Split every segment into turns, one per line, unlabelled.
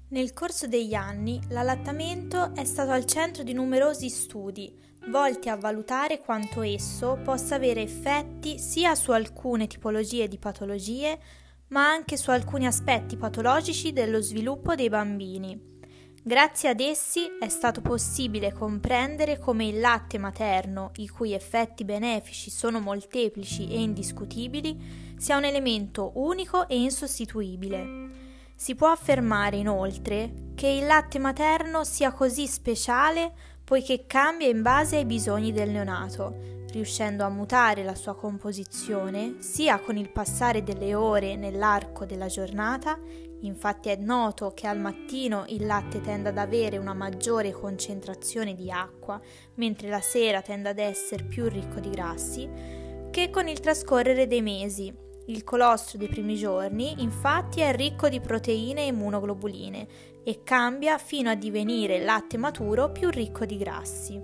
Nel corso degli anni, l'allattamento è stato al centro di numerosi studi, volti a valutare quanto esso possa avere effetti sia su alcune tipologie di patologie, ma anche su alcuni aspetti patologici dello sviluppo dei bambini. Grazie ad essi è stato possibile comprendere come il latte materno, i cui effetti benefici sono molteplici e indiscutibili, sia un elemento unico e insostituibile. Si può affermare inoltre che il latte materno sia così speciale poiché cambia in base ai bisogni del neonato, riuscendo a mutare la sua composizione sia con il passare delle ore nell'arco della giornata. Infatti è noto che al mattino il latte tende ad avere una maggiore concentrazione di acqua, mentre la sera tende ad essere più ricco di grassi, che con il trascorrere dei mesi. Il colostro dei primi giorni, infatti, è ricco di proteine e immunoglobuline e cambia fino a divenire il latte maturo più ricco di grassi.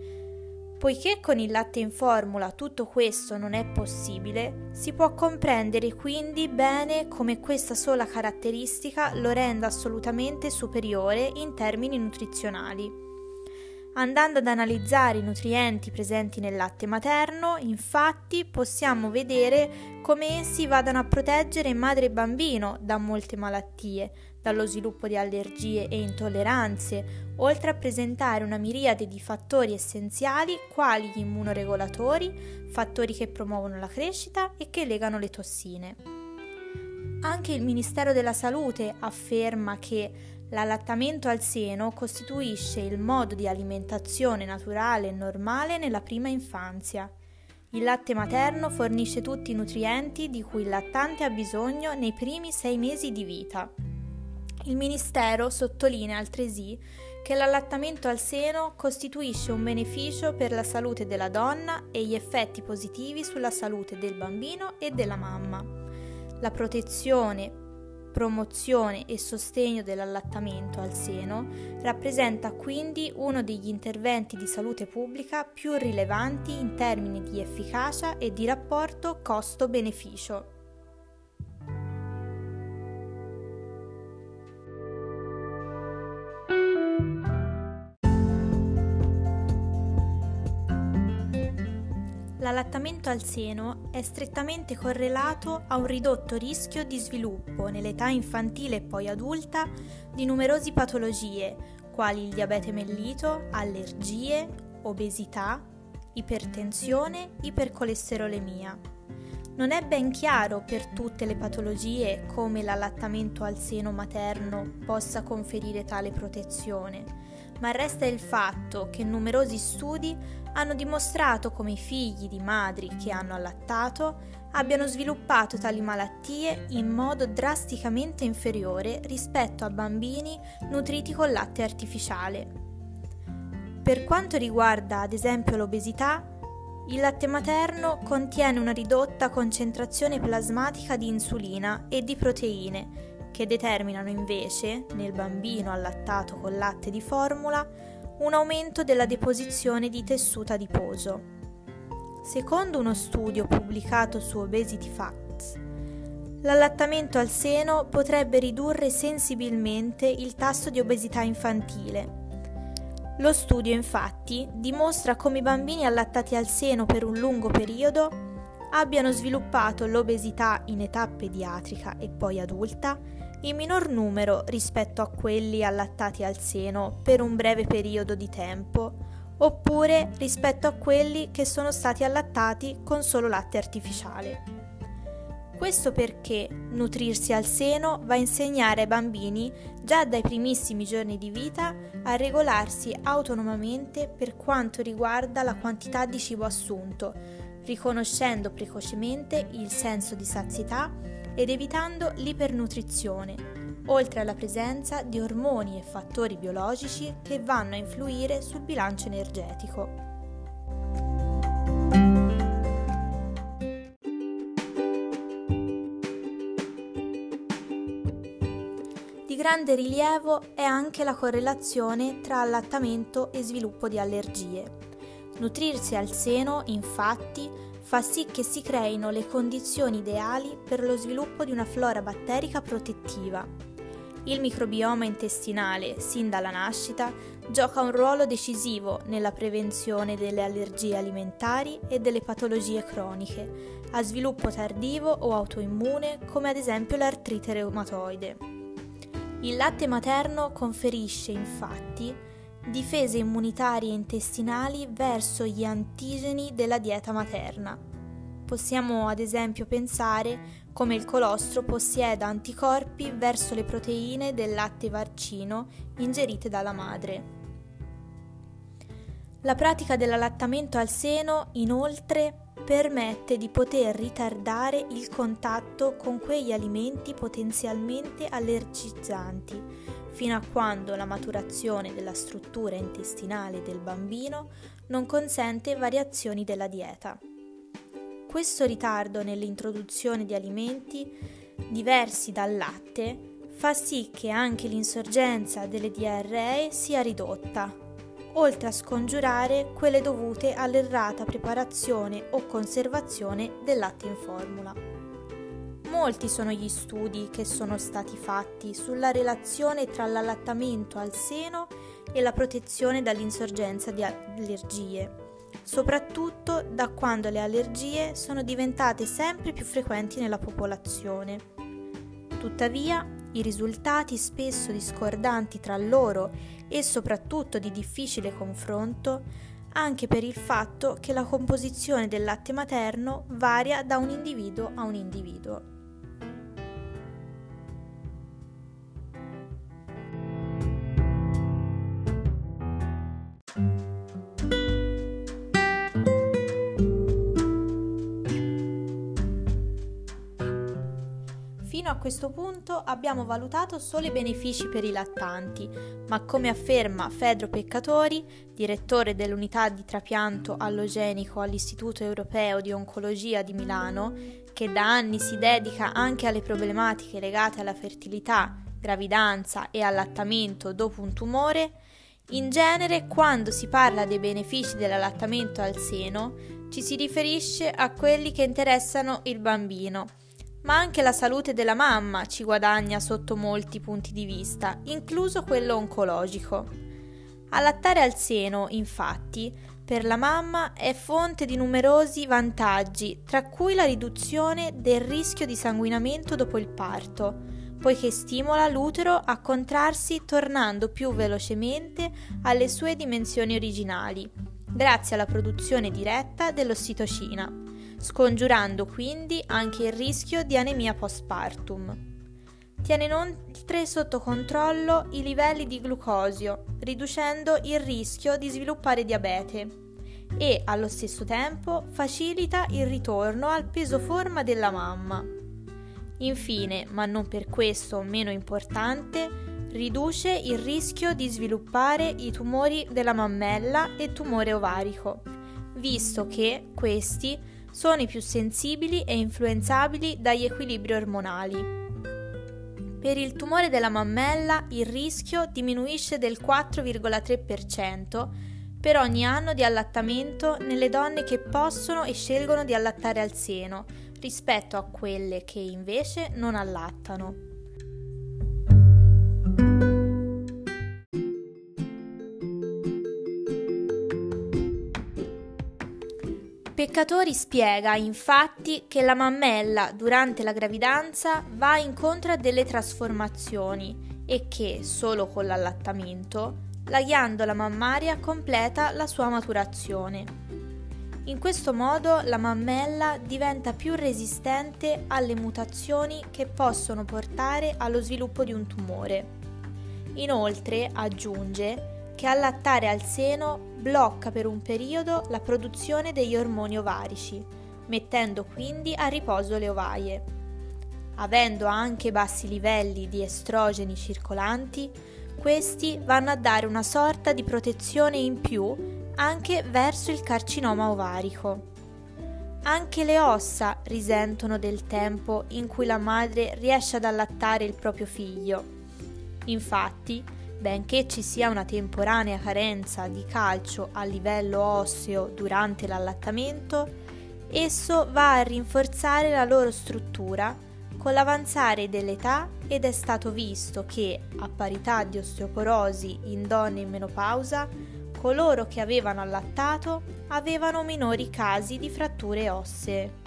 Poiché con il latte in formula tutto questo non è possibile, si può comprendere quindi bene come questa sola caratteristica lo renda assolutamente superiore in termini nutrizionali. Andando ad analizzare i nutrienti presenti nel latte materno, infatti, possiamo vedere come essi vadano a proteggere madre e bambino da molte malattie, dallo sviluppo di allergie e intolleranze, oltre a presentare una miriade di fattori essenziali quali gli immunoregolatori, fattori che promuovono la crescita e che legano le tossine. Anche il Ministero della Salute afferma che l'allattamento al seno costituisce il modo di alimentazione naturale e normale nella prima infanzia. Il latte materno fornisce tutti i nutrienti di cui il lattante ha bisogno nei primi 6 mesi di vita. Il Ministero sottolinea altresì che l'allattamento al seno costituisce un beneficio per la salute della donna e gli effetti positivi sulla salute del bambino e della mamma. La protezione, promozione e sostegno dell'allattamento al seno rappresenta quindi uno degli interventi di salute pubblica più rilevanti in termini di efficacia e di rapporto costo-beneficio. L'allattamento al seno è strettamente correlato a un ridotto rischio di sviluppo nell'età infantile e poi adulta di numerose patologie, quali il diabete mellito, allergie, obesità, ipertensione, ipercolesterolemia. Non è ben chiaro per tutte le patologie come l'allattamento al seno materno possa conferire tale protezione, ma resta il fatto che numerosi studi hanno dimostrato come i figli di madri che hanno allattato abbiano sviluppato tali malattie in modo drasticamente inferiore rispetto a bambini nutriti con latte artificiale. Per quanto riguarda ad esempio l'obesità, il latte materno contiene una ridotta concentrazione plasmatica di insulina e di proteine, che determinano invece, nel bambino allattato con latte di formula, un aumento della deposizione di tessuto adiposo. Secondo uno studio pubblicato su Obesity Facts, l'allattamento al seno potrebbe ridurre sensibilmente il tasso di obesità infantile. Lo studio infatti dimostra come i bambini allattati al seno per un lungo periodo abbiano sviluppato l'obesità in età pediatrica e poi adulta in minor numero rispetto a quelli allattati al seno per un breve periodo di tempo, oppure rispetto a quelli che sono stati allattati con solo latte artificiale. Questo perché nutrirsi al seno va a insegnare ai bambini, già dai primissimi giorni di vita, a regolarsi autonomamente per quanto riguarda la quantità di cibo assunto, riconoscendo precocemente il senso di sazietà ed evitando l'ipernutrizione, oltre alla presenza di ormoni e fattori biologici che vanno a influire sul bilancio energetico. Di grande rilievo è anche la correlazione tra allattamento e sviluppo di allergie. Nutrirsi al seno, infatti, fa sì che si creino le condizioni ideali per lo sviluppo di una flora batterica protettiva. Il microbioma intestinale, sin dalla nascita, gioca un ruolo decisivo nella prevenzione delle allergie alimentari e delle patologie croniche, a sviluppo tardivo o autoimmune, come ad esempio l'artrite reumatoide. Il latte materno conferisce, infatti, difese immunitarie intestinali verso gli antigeni della dieta materna. Possiamo ad esempio pensare come il colostro possieda anticorpi verso le proteine del latte vaccino ingerite dalla madre. La pratica dell'allattamento al seno, inoltre, permette di poter ritardare il contatto con quegli alimenti potenzialmente allergizzanti, fino a quando la maturazione della struttura intestinale del bambino non consente variazioni della dieta. Questo ritardo nell'introduzione di alimenti diversi dal latte fa sì che anche l'insorgenza delle diarree sia ridotta, oltre a scongiurare quelle dovute all'errata preparazione o conservazione del latte in formula. Molti sono gli studi che sono stati fatti sulla relazione tra l'allattamento al seno e la protezione dall'insorgenza di allergie, soprattutto da quando le allergie sono diventate sempre più frequenti nella popolazione. Tuttavia, i risultati spesso discordanti tra loro e soprattutto di difficile confronto, anche per il fatto che la composizione del latte materno varia da un individuo a un individuo. Fino a questo punto abbiamo valutato solo i benefici per i lattanti, ma come afferma Fedro Peccatori, direttore dell'unità di trapianto allogenico all'Istituto Europeo di Oncologia di Milano, che da anni si dedica anche alle problematiche legate alla fertilità, gravidanza e allattamento dopo un tumore, in genere quando si parla dei benefici dell'allattamento al seno ci si riferisce a quelli che interessano il bambino, ma anche la salute della mamma ci guadagna sotto molti punti di vista, incluso quello oncologico. Allattare al seno, infatti, per la mamma è fonte di numerosi vantaggi, tra cui la riduzione del rischio di sanguinamento dopo il parto, poiché stimola l'utero a contrarsi tornando più velocemente alle sue dimensioni originali, grazie alla produzione diretta dell'ossitocina, scongiurando quindi anche il rischio di anemia postpartum. Tiene inoltre sotto controllo i livelli di glucosio, riducendo il rischio di sviluppare diabete e, allo stesso tempo, facilita il ritorno al peso forma della mamma. Infine, ma non per questo meno importante, riduce il rischio di sviluppare i tumori della mammella e tumore ovarico, visto che questi sono i più sensibili e influenzabili dagli equilibri ormonali. Per il tumore della mammella il rischio diminuisce del 4,3% per ogni anno di allattamento nelle donne che possono e scelgono di allattare al seno, rispetto a quelle che invece non allattano. Peccatori spiega infatti che la mammella durante la gravidanza va incontro a delle trasformazioni e che solo con l'allattamento la ghiandola mammaria completa la sua maturazione. In questo modo la mammella diventa più resistente alle mutazioni che possono portare allo sviluppo di un tumore. Inoltre, aggiunge che allattare al seno blocca per un periodo la produzione degli ormoni ovarici, mettendo quindi a riposo le ovaie. Avendo anche bassi livelli di estrogeni circolanti, questi vanno a dare una sorta di protezione in più anche verso il carcinoma ovarico. Anche le ossa risentono del tempo in cui la madre riesce ad allattare il proprio figlio. Infatti, benché ci sia una temporanea carenza di calcio a livello osseo durante l'allattamento, esso va a rinforzare la loro struttura con l'avanzare dell'età ed è stato visto che, a parità di osteoporosi in donne in menopausa, coloro che avevano allattato avevano minori casi di fratture ossee.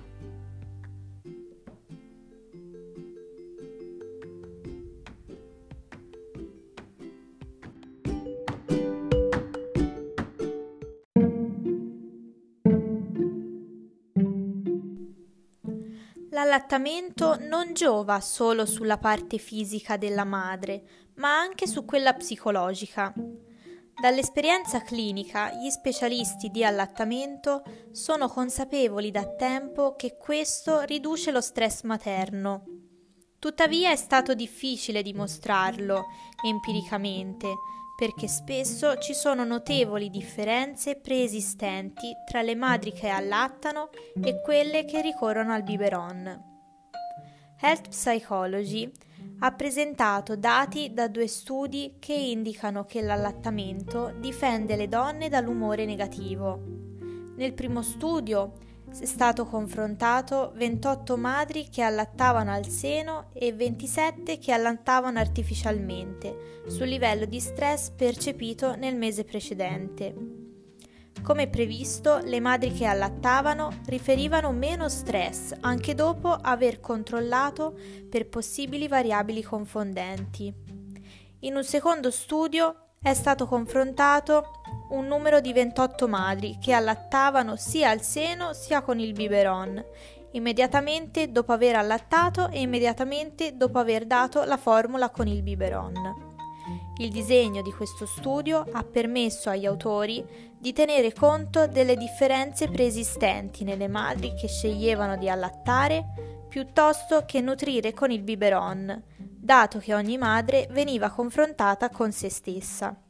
L'allattamento non giova solo sulla parte fisica della madre, ma anche su quella psicologica. Dall'esperienza clinica, gli specialisti di allattamento sono consapevoli da tempo che questo riduce lo stress materno. Tuttavia è stato difficile dimostrarlo empiricamente, perché spesso ci sono notevoli differenze preesistenti tra le madri che allattano e quelle che ricorrono al biberon. Health Psychology ha presentato dati da 2 studi che indicano che l'allattamento difende le donne dall'umore negativo. Nel primo studio è stato confrontato 28 madri che allattavano al seno e 27 che allattavano artificialmente sul livello di stress percepito nel mese precedente. Come previsto, le madri che allattavano riferivano meno stress anche dopo aver controllato per possibili variabili confondenti. In un secondo studio è stato confrontato un numero di 28 madri che allattavano sia al seno sia con il biberon, immediatamente dopo aver allattato e immediatamente dopo aver dato la formula con il biberon. Il disegno di questo studio ha permesso agli autori di tenere conto delle differenze preesistenti nelle madri che sceglievano di allattare piuttosto che nutrire con il biberon, dato che ogni madre veniva confrontata con se stessa.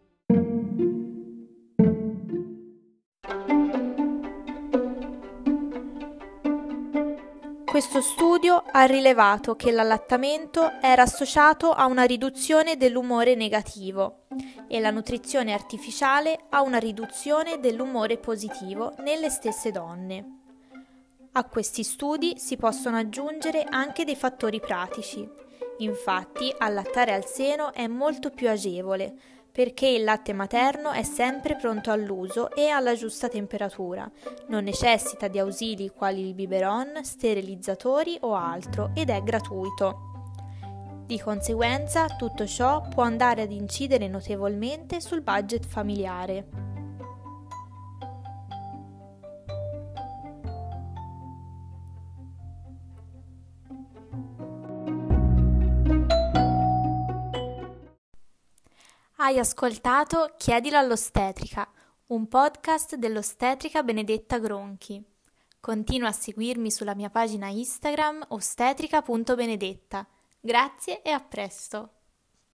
Questo studio ha rilevato che l'allattamento era associato a una riduzione dell'umore negativo e la nutrizione artificiale a una riduzione dell'umore positivo nelle stesse donne. A questi studi si possono aggiungere anche dei fattori pratici. Infatti, allattare al seno è molto più agevole, perché il latte materno è sempre pronto all'uso e alla giusta temperatura, non necessita di ausili quali il biberon, sterilizzatori o altro ed è gratuito. Di conseguenza, tutto ciò può andare ad incidere notevolmente sul budget familiare. Hai ascoltato Chiedilo all'ostetrica, un podcast dell'ostetrica Benedetta Gronchi. Continua a seguirmi sulla mia pagina Instagram ostetrica.benedetta. Grazie e a presto!